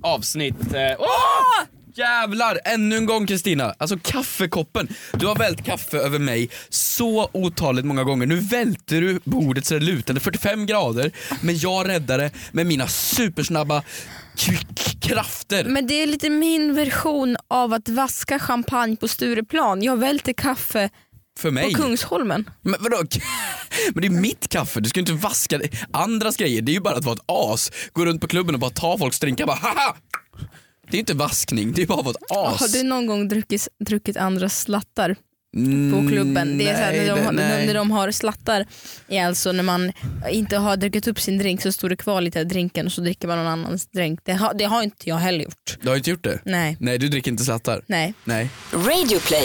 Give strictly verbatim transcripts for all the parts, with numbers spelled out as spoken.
avsnitt. Eh, åh! Jävlar, ännu en gång Kristina. Alltså kaffekoppen. Du har vält kaffe över mig så otaligt många gånger. Nu välter du bordet så det lutande fyrtiofem grader. Men jag räddar det med mina supersnabba k- krafter. Men det är lite min version av att vaska champagne på Stureplan. Jag välter kaffe för mig. på Kungsholmen. Men vadå? Men det är mitt kaffe, du ska ju inte vaska det. Andras grejer, det är ju bara att vara ett as. Gå runt på klubben och bara ta folks drinkar, bara haha! Det är inte vaskning, det är bara att vara ett as. Har du någon gång druckit, druckit andras slattar på Mm, klubben? Det är så här, nej, när, de, nej. när de har slattar är alltså när man inte har druckit upp sin drink så står det kvar lite av drinken och så dricker man någon annans drink. Det har, det har inte jag heller gjort. Du har inte gjort det? Nej. Nej, du dricker inte slattar? Nej. Nej. Radio Play.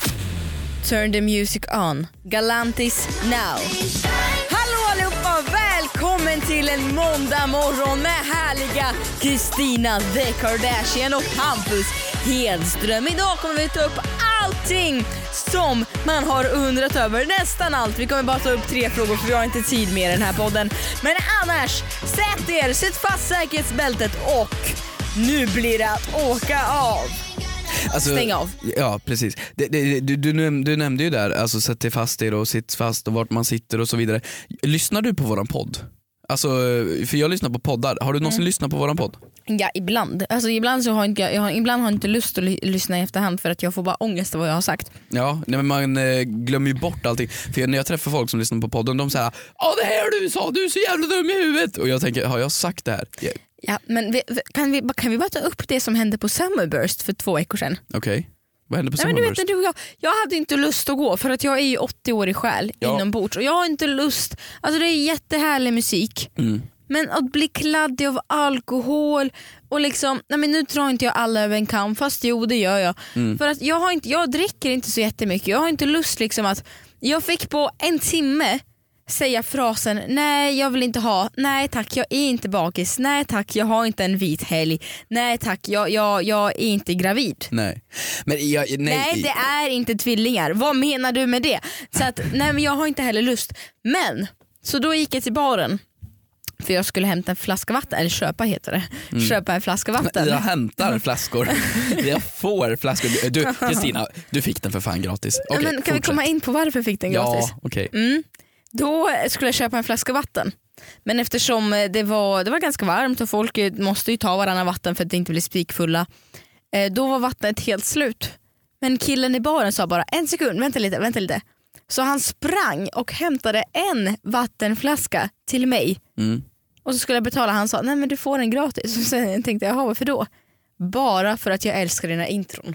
Turn the music on. Galantis now. Hallå allihopa, välkommen till en måndag morgon med härliga Kristina The Kardashian och Hampus Hedström. Idag kommer vi ta upp allting som man har undrat över, nästan allt. Vi kommer bara ta upp tre frågor för vi har inte tid med den här podden. Men annars, sätt er, sätt fast säkerhetsbältet och nu blir det att åka av. Alltså, stäng av. Ja, precis. Det, det, du, du, du nämnde ju där, alltså sätt dig fast er och sitt fast och vart man sitter och så vidare. Lyssnar du på våran podd? Alltså, för jag lyssnar på poddar. Har du någonsin mm. lyssnat på våran podd? Ja, ibland. Alltså ibland så har inte jag, jag har, ibland har jag inte lust att ly- lyssna i efterhand för att jag får bara ångest av vad jag har sagt. Ja, nej, men man eh, glömmer ju bort allting. För jag, när jag träffar folk som lyssnar på podden, de säger ja det här du sa, du är så jävla dum i huvudet. Och jag tänker, har jag sagt det här? Yeah. Ja, men vi, kan, vi, kan vi bara ta upp det som hände på Summerburst för två veckor sedan? Okej, okay. Vad hände på Nej, Summerburst? Men du vet, du och jag, jag hade inte lust att gå för att jag är ju åttio år i själ ja. inombords och jag har inte lust, alltså det är jättehärlig musik. Mm. Men att bli kladdig av alkohol och liksom, nej men nu tror inte jag alla över en kam, fast jo det gör jag. Mm. För att jag, har inte, jag dricker inte så jättemycket, jag har inte lust liksom att, jag fick på en timme säga frasen, nej jag vill inte ha, nej tack jag är inte bakis, nej tack jag har inte en vit helg, nej tack jag, jag, jag är inte gravid. Nej. Men jag, nej. nej det är inte tvillingar, vad menar du med det? Så att, nej men jag har inte heller lust. Men, så då gick jag till baren för jag skulle hämta en flaska vatten, eller köpa heter det. Mm. Köpa en flaska vatten. Jag hämtar flaskor. Jag får flaskor. Du, Kristina, du fick den för fan gratis. Okay, men kan fortsätt. Vi komma in på varför fick den gratis? Ja, okej. Okay. Mm. Då skulle jag köpa en flaska vatten. Men eftersom det var, det var ganska varmt och folk måste ju ta varannan vatten för att det inte blir spikfulla. Då var vattnet helt slut. Men killen i baren sa bara, en sekund, vänta lite, vänta lite. Så han sprang och hämtade en vattenflaska till mig. Mm. Och så skulle jag betala, han sa, nej men du får den gratis. Och sen tänkte jag, jaha varför då? Bara för att jag älskar dina intron.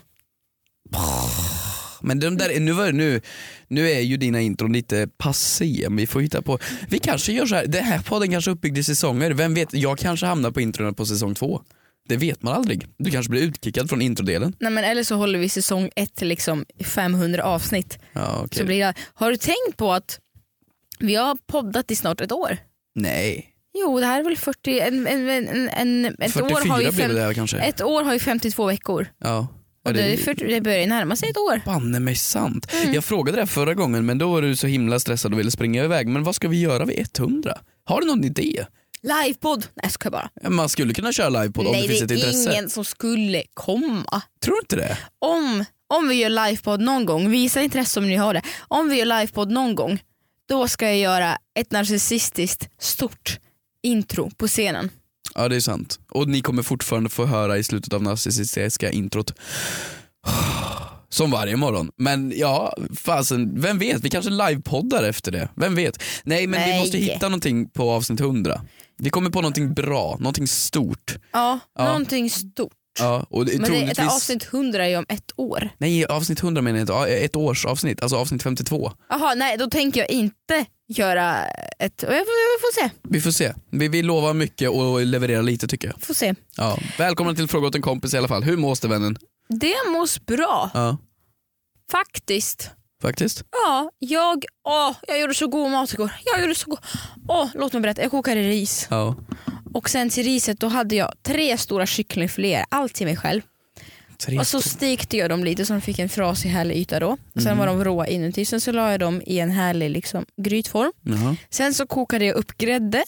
Men de där, nu, var, nu, nu är ju dina intron lite passé. Vi får hitta på, vi kanske gör så här. Det här podden kanske uppbyggd i säsonger. Vem vet, jag kanske hamnar på introna på säsong två. Det vet man aldrig. Du kanske blir utkickad från introdelen. Nej men eller så håller vi säsong ett till liksom femhundra avsnitt. Ja, okay. Så blir det, har du tänkt på att vi har poddat i snart ett år? Nej. Jo, det här är väl fyrtio, en, en, en, en, ett, år har ju fem, det kanske. ett år har ju femtiotvå veckor. Ja. Och det, för, det börjar närma sig ett år. Banne mig sant. Mm. Jag frågade det förra gången, men då var du så himla stressad och ville springa iväg. Men vad ska vi göra vid hundra? Har du någon idé? Livepodd? Nej, ska jag bara. Man skulle kunna köra livepodd om Nej, det finns ett intresse. Nej, det är ingen som skulle komma. Tror du inte det? Om, om vi gör livepodd någon gång, visa intresse om ni har det. Om vi gör livepodd någon gång, då ska jag göra ett narcissistiskt stort intro på scenen. Ja, det är sant. Och ni kommer fortfarande få höra i slutet av narcissistiska introt som varje morgon. Men ja, fasen, vem vet? Vi kanske livepoddar efter det. Vem vet? Nej, men Nej. vi måste hitta någonting på avsnitt hundra. Vi kommer på någonting bra, någonting stort. Ja, ja. någonting stort. Ja, och det, men troligtvis... det, ett avsnitt hundra är ju om ett år. Nej, avsnitt hundra menar jag inte. Ett års avsnitt, alltså avsnitt femtiotvå. Jaha, nej, då tänker jag inte göra ett... Vi får, vi får se. Vi får se. Vi, vi lovar mycket och levererar lite tycker jag. Får se. Ja. Välkommen till Fråga åt en kompis i alla fall. Hur mås det, vännen? Det mås bra. Ja. Faktiskt. Faktiskt? Ja, jag, åh, jag gjorde så god mat igår. Jag gjorde så god... Åh, låt mig berätta. Jag kokade ris. Ja. Och sen till riset då hade jag tre stora kycklingfiléer, allt till mig själv. Tre och så stekte jag dem lite så de fick en frasig härlig yta då. Och sen mm. var de råa inuti. Sen så la jag dem i en härlig liksom, grytform. Mm. Sen så kokade jag upp grädde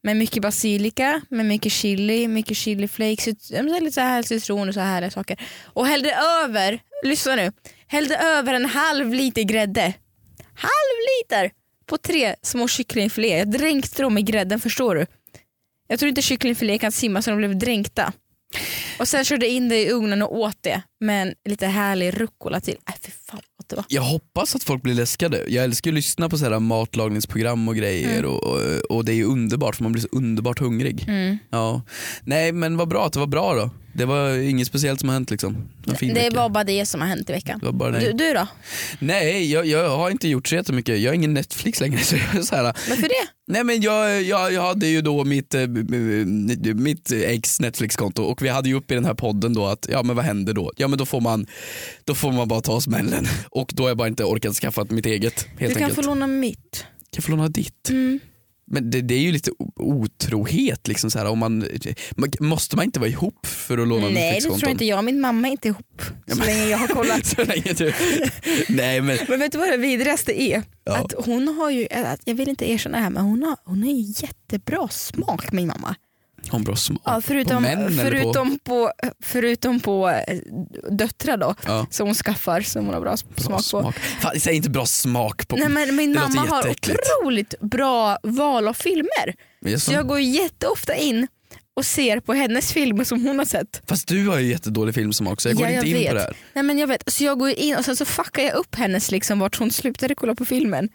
med mycket basilika, med mycket chili, mycket chili flakes, lite så här citron och så här saker. Och hällde över, lyssna nu, hällde över en halv liter grädde. Halv liter på tre små kycklingfilé. Jag dränkte dem i grädden, förstår du? Jag tror inte kycklingfilé kan simma så de blev dränkta. Och sen körde in det i ugnen och åt det med en lite härlig rucola till. Äh, för fan vad det var. Jag hoppas att folk blir läskade. Jag älskar att lyssna på så här matlagningsprogram och grejer mm. och, och, och det är ju underbart för man blir så underbart hungrig. Mm. Ja. Nej men vad bra att det var bra då. Det var inget speciellt som har hänt liksom. Det var bara det som har hänt i veckan. Det var bara du, du då? Nej, jag, jag har inte gjort så jättemycket. Jag har ingen Netflix längre. Så jag är så här, varför det? Nej men jag, jag, jag hade ju då mitt, mitt ex Netflix-konto och vi hade ju upp i den här podden då att ja men vad händer då? Ja men då får man, då får man bara ta smällen. Och då har jag bara inte orkat skaffa mitt eget. Helt du kan enkelt. få låna mitt. Kan jag få låna ditt? Mm. Men det, det är ju lite otrohet liksom så här, om man, måste man inte vara ihop för att låna? Nej det tror inte jag, min mamma är inte ihop så ja, men, länge jag har kollat. Så länge du... Nej, men... men vet du vad det vidrigaste är? Ja. Att hon har ju, jag vill inte erkänna det här men hon har, hon har ju jättebra smak min mamma. Har hon bra smak? Ja, förutom, på män, förutom, på... På, förutom på döttrar då ja. Som hon skaffar som hon har bra, bra smak på. Smak. Fan, säg inte bra smak på. Nej, men min det mamma har otroligt bra val av filmer. Så jag går jätteofta in och ser på hennes filmer som hon har sett. Fast du har ju jättedålig filmsmak så jag går ja, jag inte in vet. på det här. Nej men jag vet, så jag går in och sen så fuckar jag upp hennes liksom vart hon slutade kolla på filmen.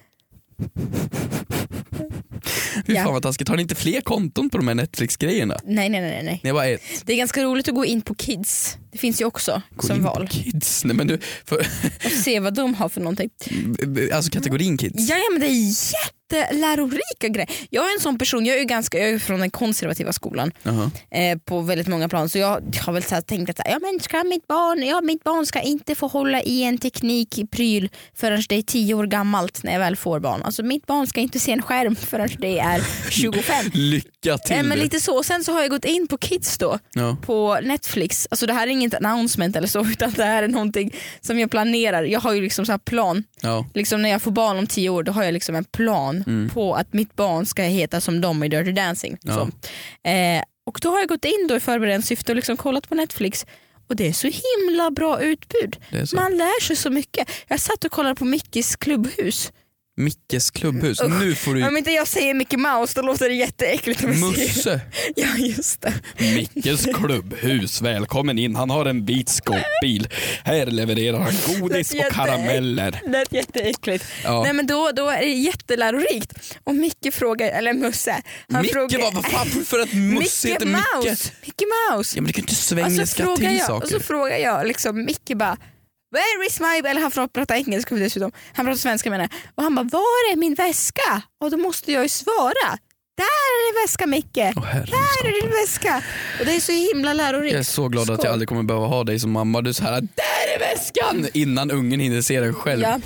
Hur fan vad taskigt. Har ni inte fler konton på de här Netflix-grejerna? Nej, nej, nej, nej. Det är bara ett. Det är ganska roligt att gå in på Kids. Det finns ju också gå som in val. På Kids? Nej, men du, för... och se vad de har för någonting. Alltså kategorin Kids? Ja, ja men det är jättelärorika grejer. Jag är en sån person, jag är ju ganska jag är från den konservativa skolan uh-huh. eh, på väldigt många plan. Så jag har väl så här tänkt att ja, men ska mitt, barn, ja, mitt barn ska inte få hålla i en teknikpryl förrän det är tio år gammalt när jag väl får barn. Alltså mitt barn ska inte se en skärm förrän det är tjugofem. Lycka till. Eh, men lite så. Sen så har jag gått in på Kids då ja. På Netflix. Alltså det här är inget announcement eller så utan det här är någonting som jag planerar. Jag har ju liksom så här plan. Ja. Liksom när jag får barn om tio år då har jag liksom en plan mm. på att mitt barn ska heta som de i Dirty Dancing. Ja. Så. Eh, och då har jag gått in då i förberedande syfte och liksom kollat på Netflix. Och det är så himla bra utbud. Man lär sig så mycket. Jag satt och kollade på Mickes klubbhus. Mickes klubbhus. Usch. Nu får du... Om inte jag säger Mickey Mouse då låter det jätteäckligt. Musse. Ja just det. Mickes klubbhus, välkommen in. Han har en vit skåpbil. Här levererar han godis och karameller. Det är jätteäckligt. Ja. Nej men då, då är det jättelärorikt. Och Micke frågar, eller Musse. Han Micke frågar, vad, vad fan för att Musse heter Micke? Mickey Mouse. Ja men det kan inte svengelska till jag, saker. Och så frågar jag liksom Micke bara where is my... Eller han pratar engelska dessutom. Han pratar svenska menar jag. Och han bara, var är min väska? Och då måste jag ju svara. Där är din väska Micke. Oh, där är din väska. Och det är så himla lärorikt. Jag är så glad Skål. Att jag aldrig kommer behöva ha dig som mamma. Du är så här, där är väskan! Innan ungen hinner se den själv. Ja.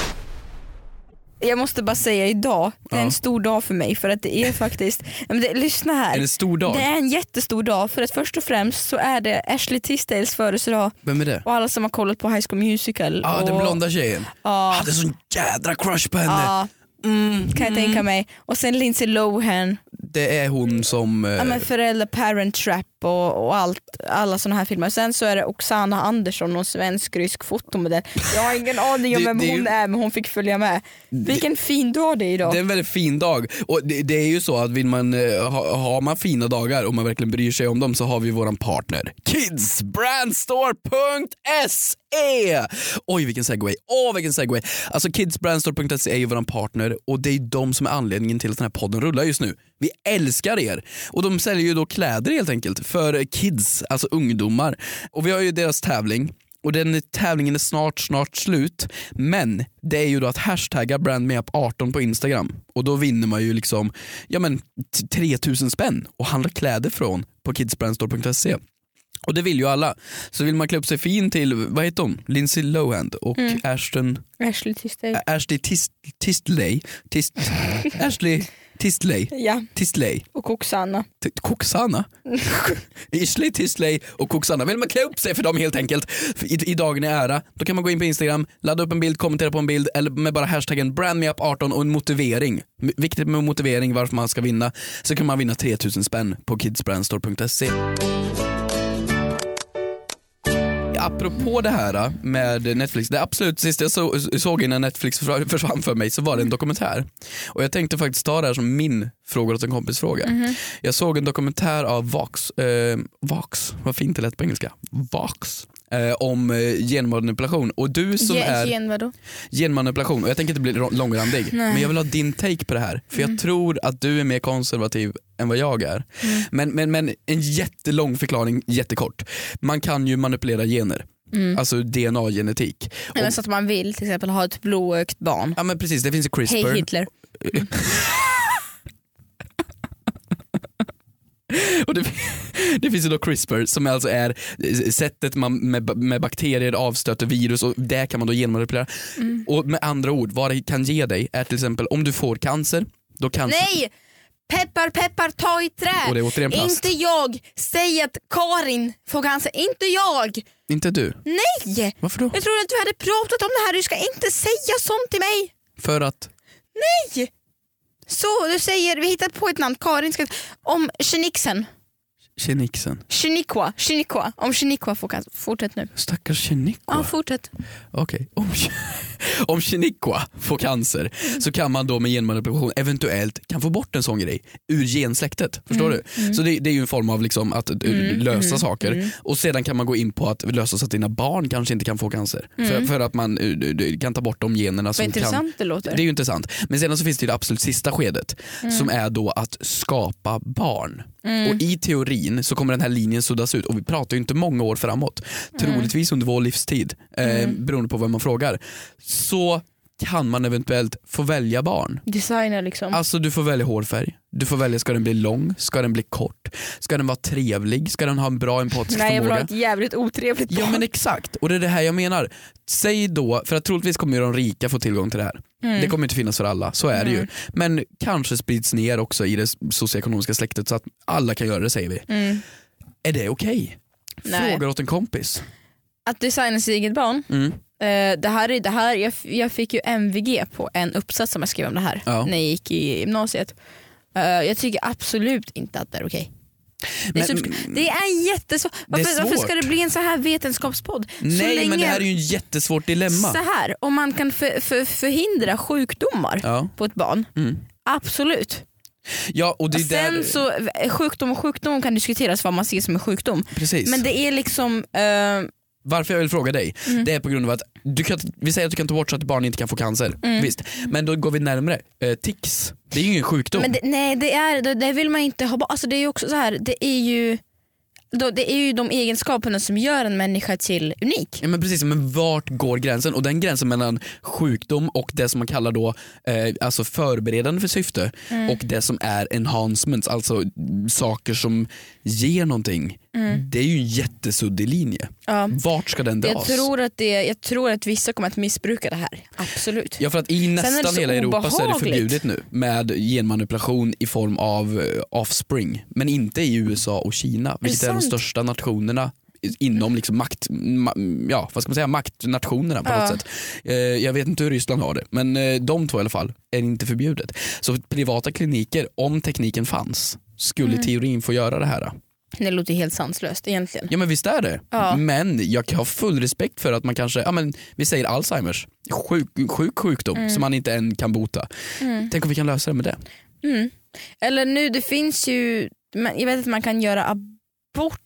Jag måste bara säga idag, det är ja. En stor dag för mig för att det är faktiskt, men det, lyssna här. Är det en stor dag? Det är en jättestor dag för att först och främst så är det Ashley Tisdales födelsedag. Vem är det? Och alla som har kollat på High School Musical. Ja, ah, och... den blonda tjejen. Ah. Hade sån jädra crush på henne. Ah. Mm, kan jag tänka mig. Och sen Lindsay Lohan. Det är hon som... Eh... Ja men Föräldrar, Parent Trap och, och allt, alla såna här filmer. Sen så är det Oksana Andersson, någon svensk-rysk fotomodell. Jag har ingen aning om vem hon ju... är men hon fick följa med. Vilken det... fin dag det är idag. Det är en väldigt fin dag. Och det, det är ju så att vill man, ha, har man fina dagar och man verkligen bryr sig om dem så har vi våran partner Kids Brandstore punkt se. Oj vilken segway. Åh vilken segway. Alltså Kids Brandstore punkt se är ju våran partner och det är de som är anledningen till att den här podden rullar just nu. Vi älskar er. Och de säljer ju då kläder helt enkelt för kids, alltså ungdomar. Och vi har ju deras tävling. Och den tävlingen är snart, snart slut. Men det är ju då att hashtagga brandmeup arton på Instagram. Och då vinner man ju liksom ja men tre tusen spänn och handla kläder från på kids brandstore punkt se. Och det vill ju alla. Så vill man klä upp sig fin till, vad heter hon? Lindsay Lohan och mm. Ashton... Ashley Tisdale. Ashley Tisdale. Tist, Ashley... Tistley. Ja. Tistley. Och Koksana. T- Koksana? Isley, Tistley och Koksana. Vill man klä upp sig för dem helt enkelt I, i dagen i ära, då kan man gå in på Instagram, ladda upp en bild, kommentera på en bild eller med bara hashtaggen brand me up arton och en motivering. M- viktigt med motivering varför man ska vinna. Så kan man vinna tre tusen spänn på kidsbrandstore punkt se. Apropå det här med Netflix, det absolut sista jag så, såg innan Netflix försvann för mig så var det en dokumentär. Och jag tänkte faktiskt ta det här som min fråga åt en kompis fråga. Mm-hmm. Jag såg en dokumentär av Vox, eh, Vox, vad fint det lät på engelska, Vox. Eh, om eh, genmanipulation och du som Gen, är gen, vadå? genmanipulation och jag tänker inte bli långrandig men jag vill ha din take på det här för mm. jag tror att du är mer konservativ än vad jag är mm. men, men, men en jättelång förklaring, jättekort. Man kan ju manipulera gener. Mm. Alltså D N A-genetik. Eller så att man vill till exempel ha ett blåögt barn. Ja men precis, det finns ju CRISPR. Hej Hitler. Mm. Och det, det finns ju då CRISPR som alltså är sättet man med, med bakterier avstöter virus och det kan man då genmanipulera. Mm. Och med andra ord, vad det kan ge dig är till exempel om du får cancer, då cancer... Nej! Peppar, peppar, ta i trä. Och det är återigen plast. Inte jag. Säg att Karin får cancer. Inte jag. Inte du? Nej. Varför då? Jag trodde att du hade pratat om det här. Du ska inte säga sånt till mig. För att? Nej. Så du säger, vi hittar på ett namn. Karin ska... Om Chenixen. Chenixen. Cheniqua. Cheniqua. Om Cheniqua får cancer. Fortsätt nu. Stackars Cheniqua. Ja, fortsätt. Okej. Okay. Om, om Cheniqua får cancer mm. så kan man då med genmanipulation eventuellt kan få bort en sån grej ur gensläktet. Förstår mm. du? Mm. Så det, det är ju en form av liksom att mm. lösa mm. saker. Mm. Och sedan kan man gå in på att lösa så att dina barn kanske inte kan få cancer. Mm. För, för att man uh, kan ta bort de generna som intressant kan... det låter. Det är ju intressant. Men sedan så finns det ju det absolut sista skedet mm. som är då att skapa barn. Mm. Och i teorin så kommer den här linjen suddas ut och vi pratar ju inte många år framåt. Mm. Troligtvis under vår livstid eh, mm. beroende på vad man frågar. Så kan man eventuellt få välja barn. Designer liksom. Alltså du får välja hårfärg. Du får välja, ska den bli lång? Ska den bli kort? Ska den vara trevlig? Ska den ha en bra empatisk Nej, förmåga? Nej, jag vill ha ett jävligt otrevligt barn. Ja men exakt, och det är det här jag menar. Säg då, för att troligtvis kommer ju de rika få tillgång till det här. Mm. Det kommer inte finnas för alla, så är det mm. ju. Men kanske sprids ner också i det socioekonomiska släktet så att alla kan göra det, säger vi. Mm. Är det okej? Okay? Frågar åt en kompis. Att designa sitt eget barn? Mm. Uh, det här är, det här, jag, jag fick ju M V G på en uppsats som jag skrev om det här ja. när jag gick i gymnasiet. Uh, jag tycker absolut inte att det är okej. Det är, men, så, det är jättesvårt. Varför, varför ska det bli en så här vetenskapspodd? Nej, så länge, men det här är ju en jättesvårt dilemma. Så här, om man kan för, för, förhindra sjukdomar ja. på ett barn, mm. absolut. Ja, och det är sen där... så sjukdom och sjukdom kan diskuteras vad man ser som en sjukdom. Precis. Men det är liksom... Uh, Varför jag vill fråga dig, mm. det är på grund av att du kan, vi säger att du kan ta bort så att barn inte kan få cancer. Mm. Visst, men då går vi närmare. Eh, tics, det är ju ingen sjukdom. Men det, nej, det, är, det, det vill man inte ha. Alltså det är ju också så här, det är ju då, det är ju de egenskaperna som gör en människa till unik. Ja men precis, men vart går gränsen? Och den gränsen mellan sjukdom och det som man kallar då eh, alltså förberedande för syfte mm. och det som är enhancements, alltså saker som ger någonting. Mm. Det är ju en jättesuddig linje. Ja. Vart ska den dras? Jag tror, att det, jag tror att vissa kommer att missbruka det här. Absolut. Ja, för att i nästan hela Europa obehagligt. Så är det förbjudet nu med genmanipulation i form av offspring. Men inte i U S A och Kina, vilket är, är de största nationerna inom liksom makt, ma, ja, vad ska man säga, maktnationerna på ja. något sätt. Eh, jag vet inte hur Ryssland har det, men eh, de två i alla fall är inte förbjudet. Så privata kliniker, om tekniken fanns, skulle mm. teorin få göra det här. Det låter helt sanslöst egentligen. Ja men visst är det. Ja. Men jag har full respekt för att man kanske, ja men vi säger Alzheimers, sjuk, sjuk sjukdom mm. som man inte än kan bota. Mm. Tänk om vi kan lösa det med det. Mm. Eller nu, det finns ju, jag vet att man kan göra abort.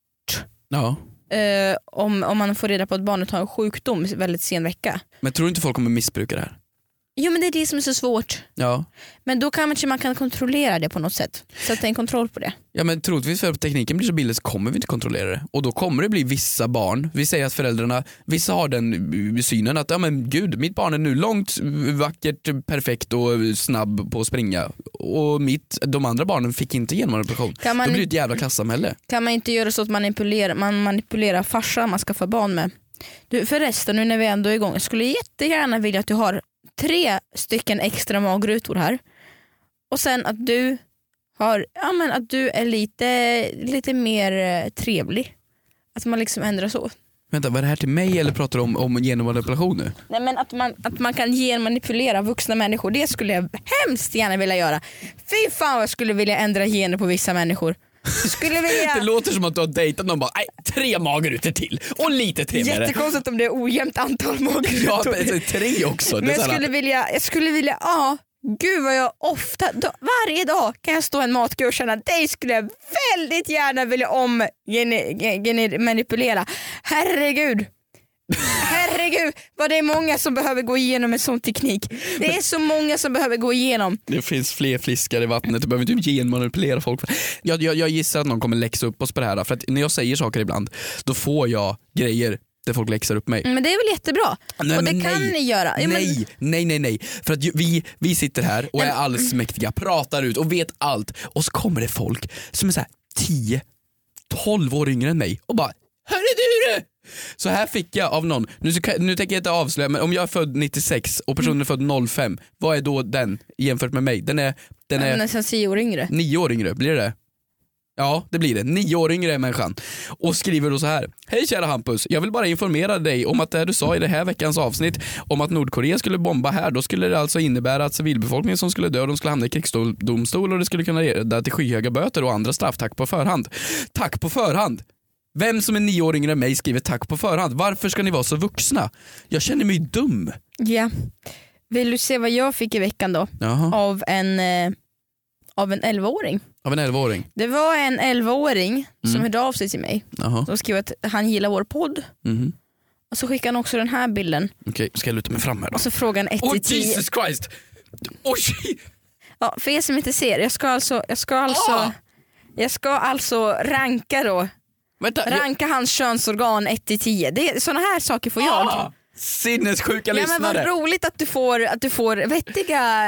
Ja. Uh, om, om man får reda på att barnet har en sjukdom väldigt sen vecka. Men tror du inte folk kommer missbruka det här? Jo men det är det som är så svårt. Ja. Men då kanske man kan kontrollera det på något sätt. Sätta en kontroll på det. Ja men troligtvis för att tekniken blir så billig så kommer vi inte kontrollera det. Och då kommer det bli vissa barn, vi säger att föräldrarna, vissa har den synen att ja men gud, mitt barn är nu långt, vackert, perfekt och snabb på att springa. Och mitt, de andra barnen fick inte genmanipulation. Då blir det ett jävla klassamhälle. Kan man inte göra så att manipulerar, man manipulerar farsa man ska få barn med? Du, förresten, nu när vi ändå är igång, jag skulle jättegärna vilja att du har tre stycken extra magrutor här och sen att du har, ja men att du är lite, lite mer trevlig. Att man liksom ändrar så. Vänta, var det här till mig eller pratar du om, om genmanipulation nu? Nej, men att man, att man kan genmanipulera vuxna människor, det skulle jag hemskt gärna vilja göra. Fy fan vad jag skulle vilja ändra gener på vissa människor. Skulle vilja... Det låter som att du har dejtat någon bara, nej, tre magerutor till och lite trevligare. Jättekonstigt om det är ojämnt antal magerutor. Ja, tre också. Men jag skulle vilja, jag skulle vilja, ja, gud vad jag ofta, då, varje dag kan jag stå en matgård och känna, dig skulle jag väldigt gärna vilja om gene, gene, manipulera. Herregud. Herregud, vad det är många som behöver gå igenom en sån teknik. Det är så många som behöver gå igenom. Det finns fler fiskar i vattnet, du behöver inte genmanipulera folk. Jag, jag, jag gissar att någon kommer läxa upp oss på det här. För att när jag säger saker ibland, då får jag grejer där folk läxar upp mig. Men det är väl jättebra. Nej, och det nej, kan ni göra. Ja, nej, men... nej, nej, nej. För att ju, vi, vi sitter här och är allsmäktiga, pratar ut och vet allt. Och så kommer det folk som är så här tio tolv år yngre än mig och bara, hörru du du! Så här fick jag av någon, nu, nu tänker jag inte avslöja, men om jag är född nittiosex och personen är född noll fem, vad är då den jämfört med mig? Den är, den är nästan tio år yngre. nio år yngre, blir det? Ja, det blir det. Nio år yngre är människan. Och skriver då så här: hej kära Hampus, jag vill bara informera dig om att det du sa i det här veckans avsnitt om att Nordkorea skulle bomba här, då skulle det alltså innebära att civilbefolkningen som skulle dö, de skulle hamna i krigsdomstol och det skulle kunna leda till skyhöga böter och andra straff. Tack på förhand. Tack på förhand. Vem som är nio år yngre än mig skriver tack på förhand. Varför ska ni vara så vuxna? Jag känner mig dum. Ja. Vill du se vad jag fick i veckan då? Jaha. Av en eh, av en elvaåring. Av en elvaåring? Det var en elvaåring mm. som hörde av sig till mig. Jaha. Som skrev att han gillar vår podd. Mm. Och så skickade han också den här bilden. Okej, okay, ska jag luta mig fram här då? Och så frågan ett till tio. Oh Jesus Christ! Oj! Ja, för er som inte ser, jag ska alltså, jag ska alltså, ah! jag ska alltså ranka då. Vänta, ranka jag... hans könsorgan ett till tio. Det, såna här saker får jag. Ah! Sinnessjuka lyssnare. Ja, men vad roligt att du får, att du får vettiga,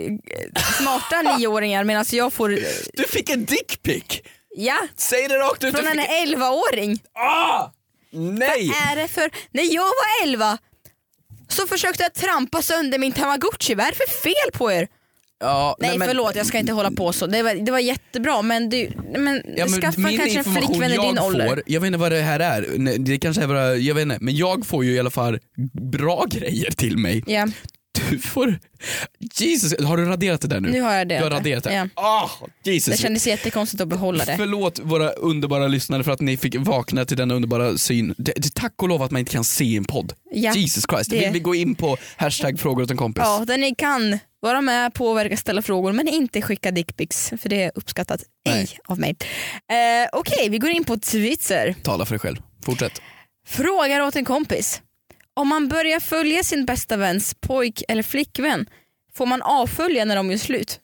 smarta nioåringar medan jag får... Du fick en dickpic. Ja. Säg det rakt ut. Från en fick... elvaåring. Ah! Nej. Vad är det för... När jag var elva så försökte jag trampa sönder min Tamagotchi. Vad är det för fel på er? Ja, nej, nej men, förlåt, jag ska inte hålla på så. Det var, det var jättebra, men du men, ja, men skaffa kanske en flickvän i din ålder. Får, jag vet inte vad det här är. Det kanske är bara, jag vet inte, men jag får ju i alla fall bra grejer till mig. Ja. Du får... Jesus, har du raderat det där nu? Nu har jag det. Du har raderat det. Ja. Oh, Jesus. Det kändes jättekonstigt att behålla det. Förlåt våra underbara lyssnare för att ni fick vakna till denna underbara syn. Det, det, tack och lov att man inte kan se en podd. Ja, Jesus Christ. Det... Vill vi gå in på hashtag frågor åt en kompis? Ja, där ni kan vara med, påverka, ställa frågor, men inte skicka dickpics, för det är uppskattat ej av mig. Eh, Okej, okay, vi går in på Twitter. Tala för dig själv. Fortsätt. Frågar åt en kompis. Om man börjar följa sin bästa väns pojk eller flickvän, får man avfölja när de gör slut?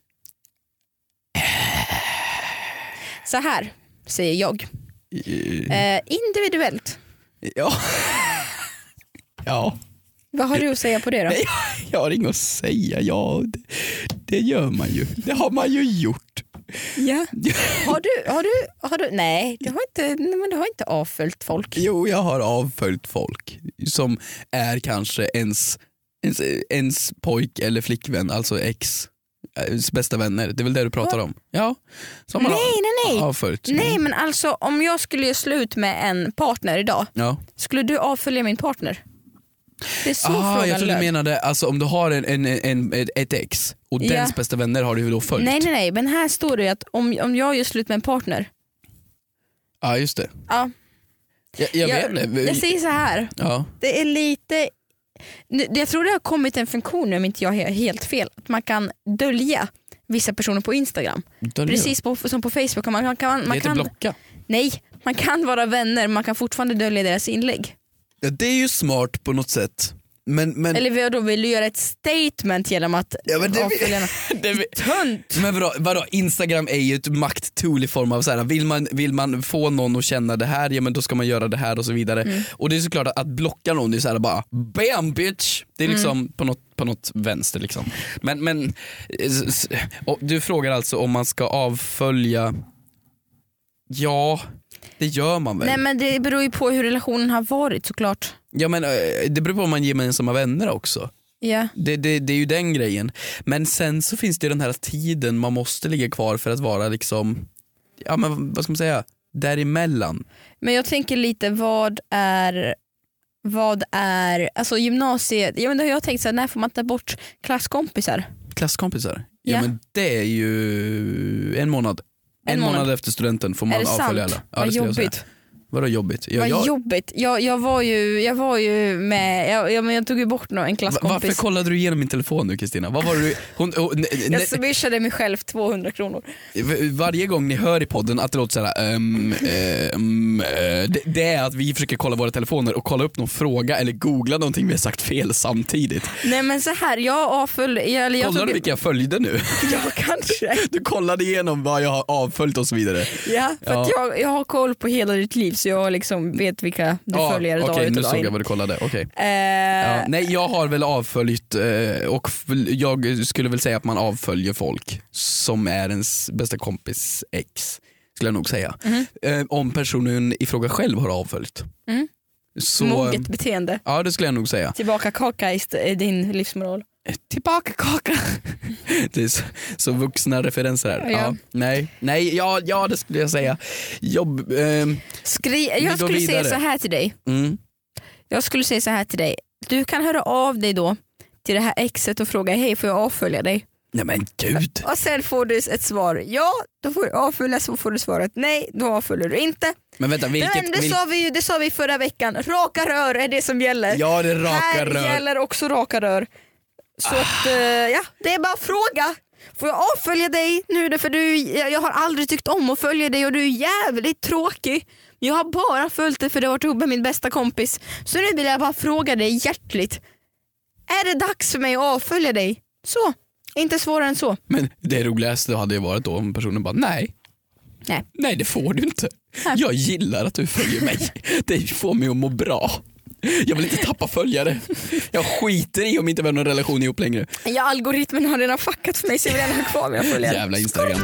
Så här säger jag. Eh, individuellt. Ja. Ja. Vad har du att säga på det då? Nej, jag har inget att säga. Ja, det, det gör man ju. Det har man ju gjort. Ja. Har du, har du, har du, nej, du har inte, men du har inte avföljt folk. Jo, jag har avföljt folk som är kanske ens, ens, ens pojk eller flickvän, alltså ex. Bästa vänner, det är väl det du pratar om? Ja. Som nej, nej, nej. Avföljt. Nej, men alltså om jag skulle göra slut med en partner idag, ja. Skulle du avfölja min partner? Det är så ah, frågan jag trodde du menade, alltså om du har en, en, en, ett ex och ja. Dens bästa vänner har du då följt. Nej, nej, nej, men här står det att om, om jag gör slut med en partner. Ja, ah, just det. Ja. Jag, jag, jag vet inte. Jag säger så här. Ja. Det är lite... Jag tror det har kommit en funktion, om inte jag är helt fel, att man kan dölja vissa personer på Instagram. Dölja. Precis på, som på Facebook. Man, man kan, man det heter kan, blocka. Nej, man kan vara vänner, man kan fortfarande dölja deras inlägg. Ja, det är ju smart på något sätt. Men, men... Eller vadå, vill du göra ett statement genom att ja, men det, avföljarna? det, det, Tönt! Men vadå, vadå, Instagram är ju ett makttool i form av så här, vill man, vill man få någon att känna det här, ja men då ska man göra det här och så vidare. Mm. Och det är såklart att, att blocka någon, det är så här bara bam bitch. Det är liksom mm. på, något, på något vänster liksom. Men, men du frågar alltså om man ska avfölja. Ja, det gör man väl. Nej, men det beror ju på hur relationen har varit såklart. Ja, men det beror på om man ger gemensamma vänner också. Ja. Det, det, det är ju den grejen. Men sen så finns det den här tiden man måste ligga kvar för att vara liksom, ja men vad ska man säga, däremellan. Men jag tänker lite, vad är vad är, alltså gymnasiet, jag, men, jag har tänkt så här, när får man ta bort klasskompisar? Klasskompisar? Ja, Ja. men det är ju en månad. En, en månad. månad efter studenten får man avfölja alla. Ja, vad jobbigt. Vadå jobbigt? Jag, Vad jag... jobbigt. Jag, jag, var ju, jag var ju med, jag, jag, men jag tog ju bort en klasskompis. Varför kollade du igenom min telefon nu, Kristina? Vad var du? Hon, hon, ne, ne, jag swishade mig själv tvåhundra kronor. Varje gång ni hör i podden att det låter såhär um, um, det, det är att vi försöker kolla våra telefoner och kolla upp någon fråga eller googla någonting vi har sagt fel samtidigt. Nej men så här, jag avföljde jag, jag Kollar du vilka jag följde nu? Ja, kanske. Du kollade igenom vad jag har avföljt och så vidare. Ja, för ja. Att jag, jag har koll på hela ditt liv, så jag liksom vet vilka du ja, följer dag okay, ut och nu dag såg in. jag vad du kollade. Okay. Eh, ja, nej, jag har väl avföljt eh, och jag skulle väl säga att man avföljer folk som är ens bästa kompis ex, skulle jag nog säga. Mm. Eh, om personen i fråga själv har avföljt. Mm. Så, moget beteende. Ja, det skulle jag nog säga. Tillbaka kaka är din livsmoral. Tillbaka kaka. Det är så, så vuxna referenser här. Ja. Ja, nej, nej ja, ja, det skulle jag säga. Jobb, eh, Skri- jag skulle vidare. säga så här till dig. Mm. Jag skulle säga så här till dig. Du kan höra av dig då till det här exet och fråga, hej, får jag avfölja dig? Nej men gud. Och sen får du ett svar, ja, då får du avfölja, så får du svaret nej, då avföljer du inte. Men vänta, vilket, men det, vil... sa vi ju, det sa vi förra veckan, raka rör är det som gäller. Ja, det är raka här rör. Här gäller också raka rör. Så ah. att, uh, ja, det är bara fråga. Får jag avfölja dig nu? För du, jag, jag har aldrig tyckt om att följa dig och du är jävligt tråkig. Jag har bara följt dig för det har varit ihop med min bästa kompis. Så nu vill jag bara fråga dig hjärtligt. Är det dags för mig att avfölja dig? Så, inte svårare än så. Men det roligaste hade ju varit då om personen bara, nej. Nej, nej det får du inte. Jag gillar att du följer mig. Det får mig att må bra. Jag vill inte tappa följare. Jag skiter i om inte vi har någon relation ihop längre. Ja, algoritmen har redan fuckat för mig, så jag vill gärna ha kvar mina följare. Jävla Instagram.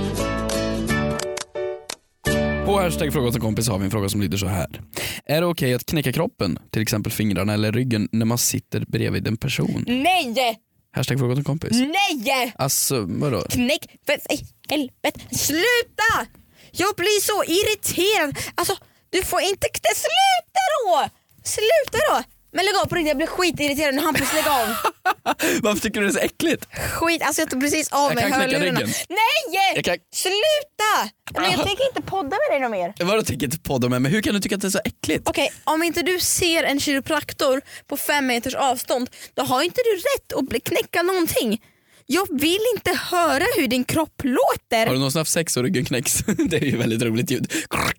På hashtag fråga till kompis har vi en fråga som lyder så här. Är det okej okay att knäcka kroppen, till exempel fingrarna eller ryggen, när man sitter bredvid en person? Nej! Hashtag fråga till kompis. Nej! Alltså, vadå? Knäck för helvete. Sluta! Jag blir så irriterad. Alltså, du får inte... Sluta då! Sluta då! Men lägg av på riktigt, jag blir skitirriterad när Hampus lägg av. Varför tycker du det är så äckligt? Skit, alltså jag tog precis av mig hörlurarna. Nej! Kan... Sluta! Men jag tänker inte podda med dig någon mer. Vadå tänker inte podda med mig? Hur kan du tycka att det är så äckligt? Okej, okay, om inte du ser en kiropraktor på fem meters avstånd, då har inte du rätt att bli knäcka någonting. Jag vill inte höra hur din kropp låter. Har du någonsin haft sex och ryggen knäcks? Det är ju väldigt roligt ljud.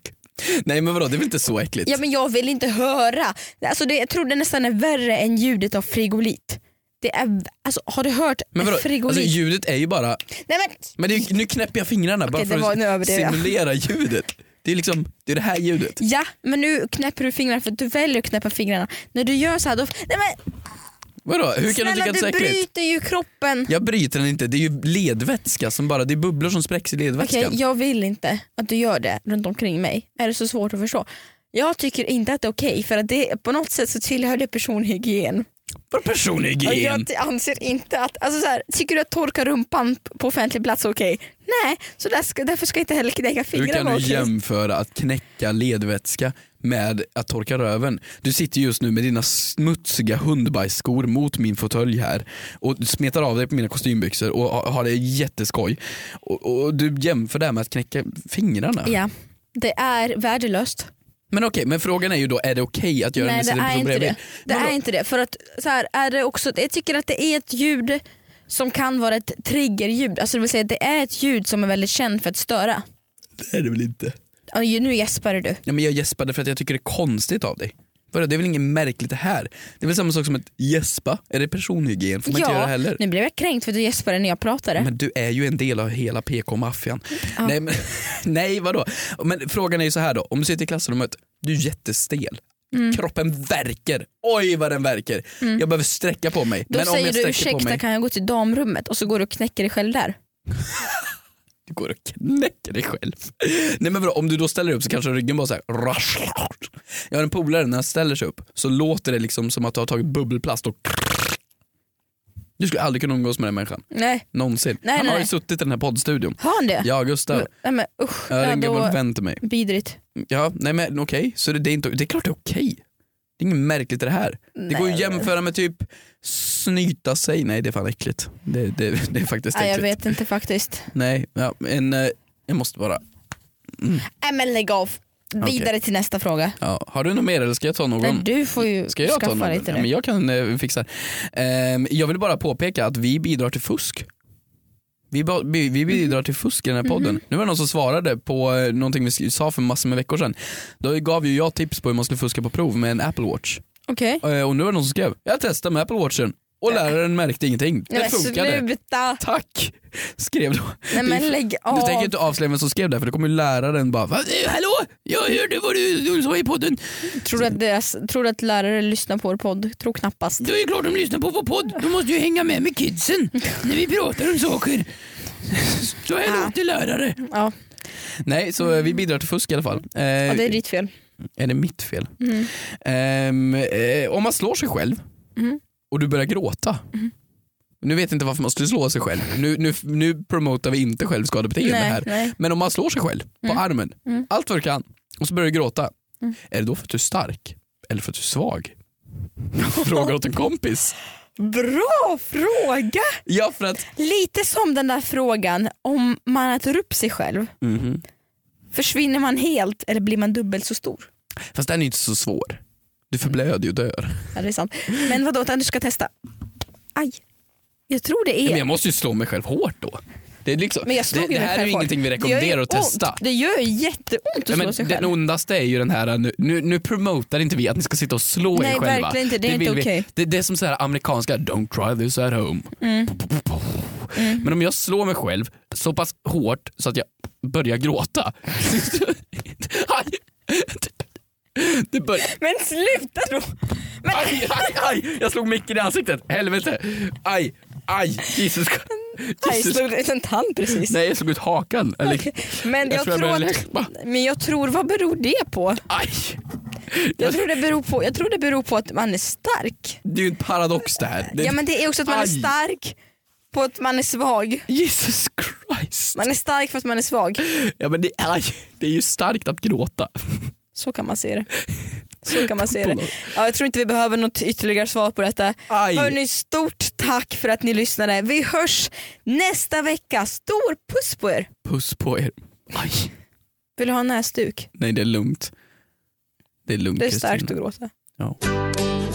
Nej men vadå, det är väl inte så äckligt? Ja men jag vill inte höra. Alltså det, jag tror det nästan är värre än ljudet av frigolit. Det är, alltså, har du hört men vadå? frigolit? Alltså, ljudet är ju bara... Nej, men men det är, nu knäpper jag fingrarna okay, bara för att simulera ljudet. Det är liksom, det är det här ljudet. Ja, men nu knäpper du fingrarna för att du väljer att knäppa fingrarna. När du gör så här då... Nej men... Vadå? Hur kan snälla, du tycka att det är äckligt? äckligt? Du bryter ju kroppen. Jag bryter den inte, det är ju ledvätska som bara, det är bubblor som spräcks i ledvätskan. Okej, okay, jag vill inte att du gör det runt omkring mig. Är det så svårt att förstå? Jag tycker inte att det är okej okay, för att det på något sätt så tillhör det personhygien. Vad personhygien? Jag anser inte att, alltså så här, tycker du att torka rumpan på offentlig plats är okej? Okay? Nej, så där ska, därför ska jag inte heller knäcka fingrarna. Hur kan du okay? jämföra att knäcka ledvätska med att torka röven? Du sitter just nu med dina smutsiga hundbajsskor mot min fåtölj här och smetar av dig på mina kostymbyxor och har det jätteskoj. Och, och du jämför det med att knäcka fingrarna. Ja, det är värdelöst. Men okej, men frågan är ju då, är det okej att göra Nej, en det är inte bredvid? det. Det är inte det, för att så här är det också, jag tycker att det är ett ljud som kan vara ett triggerljud. Alltså det vill säga det är ett ljud som är väldigt känt för att störa. Det är det väl inte? Ja, nu gäspar du. Ja, men jag gäspade för att jag tycker det är konstigt av dig. För det är väl inget märkligt det här? Det är väl samma sak som att gäspa? Är det personhygien? Får man ja, inte göra heller? Nu blev jag kränkt för att du gäspade när jag pratade. Men du är ju en del av hela P K-maffian. Ja. Nej, men, nej, vadå? Men frågan är ju så här då. Om du sitter i klassrummet, du är jättestel. Mm. Kroppen verkar. Oj vad den verkar. Mm. Jag behöver sträcka på mig. Då men säger om jag du ursäkta mig... kan jag gå till damrummet och så går du och knäcker dig själv där. Du går och knäcker dig själv. Nej men vadå, om du då ställer upp så kanske ryggen bara så här. Jag har en polare, när han ställer sig upp så låter det liksom som att du har tagit bubbelplast och Du skulle aldrig kunna umgås med den människan. Nej. Någonsin. Nej, han nej. har ju suttit i den här poddstudion. Har han det? Ja, Gustav. Nej, men usch. Jag är en Ja, då- gammal vän till mig. Vidrigt. Ja, nej men okej. Så det, det, är inte, det är klart det är okej. Det är inget märkligt i det här. Det Nej, går ju att jämföra med typ snyta sig. Nej, det är fan äckligt. Det, det, det är faktiskt Nej, äckligt. jag vet inte faktiskt. Nej, ja, en, eh, jag måste bara... Nej men lägg av. Vidare Okej. till nästa fråga. Ja. Har du något mer eller ska jag ta någon? Nej, du får ju Ska jag ta skaffa någon? lite Ja, nu. men jag kan eh, fixa. Ehm, jag vill bara påpeka att vi bidrar till fusk. Vi, ba, vi, vi bidrar till fusk i den här podden. Nu var det någon som svarade på eh, någonting vi sa för massor med veckor sedan. Då gav ju jag tips på hur man skulle fuska på prov med en Apple Watch. Okej. Eh, och nu var det någon som skrev, jag testade med Apple Watchen och läraren märkte ingenting. Det Nej, men funkade. sluta. Tack, skrev då. Nej men lägg av. Du tänker inte avslöja vem som skrev det, för det kommer ju läraren bara, Va, hallå, jag hörde vad du, du sa i podden. Tror du att, deras, tror du att lärare lyssnar på vår podd? Tror knappast. Det är klart de lyssnar på vår podd. De måste ju hänga med med kidsen när vi pratar om saker. Så är Ah. låter lärare. Ja. Nej, så eh, vi bidrar till fusk i alla fall. Eh, ja, det är ditt fel. Är det mitt fel? Mm. Ehm, eh, om man slår sig själv Mm. och du börjar gråta. Mm. Nu vet jag inte varför man skulle slå sig själv. Nu, nu, nu promotar vi inte självskadebeteende Nej, här. nej. Men om man slår sig själv på Mm. armen, Mm. allt vad du kan, och så börjar du gråta. Mm. Är det då för att du är stark? Eller för att du är svag? Fråga åt en kompis. Bra fråga! Ja, för att... Lite som den där frågan om man äter upp sig själv. Mhm. Försvinner man helt eller blir man dubbelt så stor? Fast den är ju inte så svår. Du förblöder ju och dör. Ja, det är sant. Men vadå, att du ska testa? Aj. Jag tror det är... Men jag måste ju slå mig själv hårt då. Det, är liksom, Men jag slog det, det mig här är själv ju hårt. ingenting vi Det rekommenderar gör ju att testa. ont. Det gör ju jätteont att Ja, slå men sig den själv. ondaste är ju den här, nu, nu, nu promotar inte vi att ni ska sitta och slå Nej, er själva. verkligen inte. Det är inte vill vi- okej. det, det är som så här amerikanska, don't try this at home. Mm. Mm. Men om jag slår mig själv så pass hårt så att jag börjar gråta. Aj. Det börjar... Men sluta då! Men... Aj, aj, aj, jag slog micken i ansiktet. Helvete. Aj, aj, Jesus. Aj, Jesus. slog du ut en tand precis? Nej, jag slog ut hakan. Eller, Okej. Men jag, jag tror jag tror började att, läspa. men jag tror, vad beror det på? Aj. Jag tror det beror på, jag tror det beror på att man är stark. Det är ju en paradox det här. Det, Ja, men det är också att man är Aj. stark på att man är svag. Jesus Christ. Man är stark för att man är svag. Ja, men det, aj, det är ju starkt att gråta. Så kan man se det. Så kan man se det. Ja, jag tror inte vi behöver något ytterligare svar på detta. Aj. Hörrni, stort tack för att ni lyssnade. Vi hörs nästa vecka. Stor puss på er. Puss på er. Aj. Vill du ha en näsduk? Nej, det är lugnt. Det är lugnt, Det är starkt Kristina. att gråta. Ja.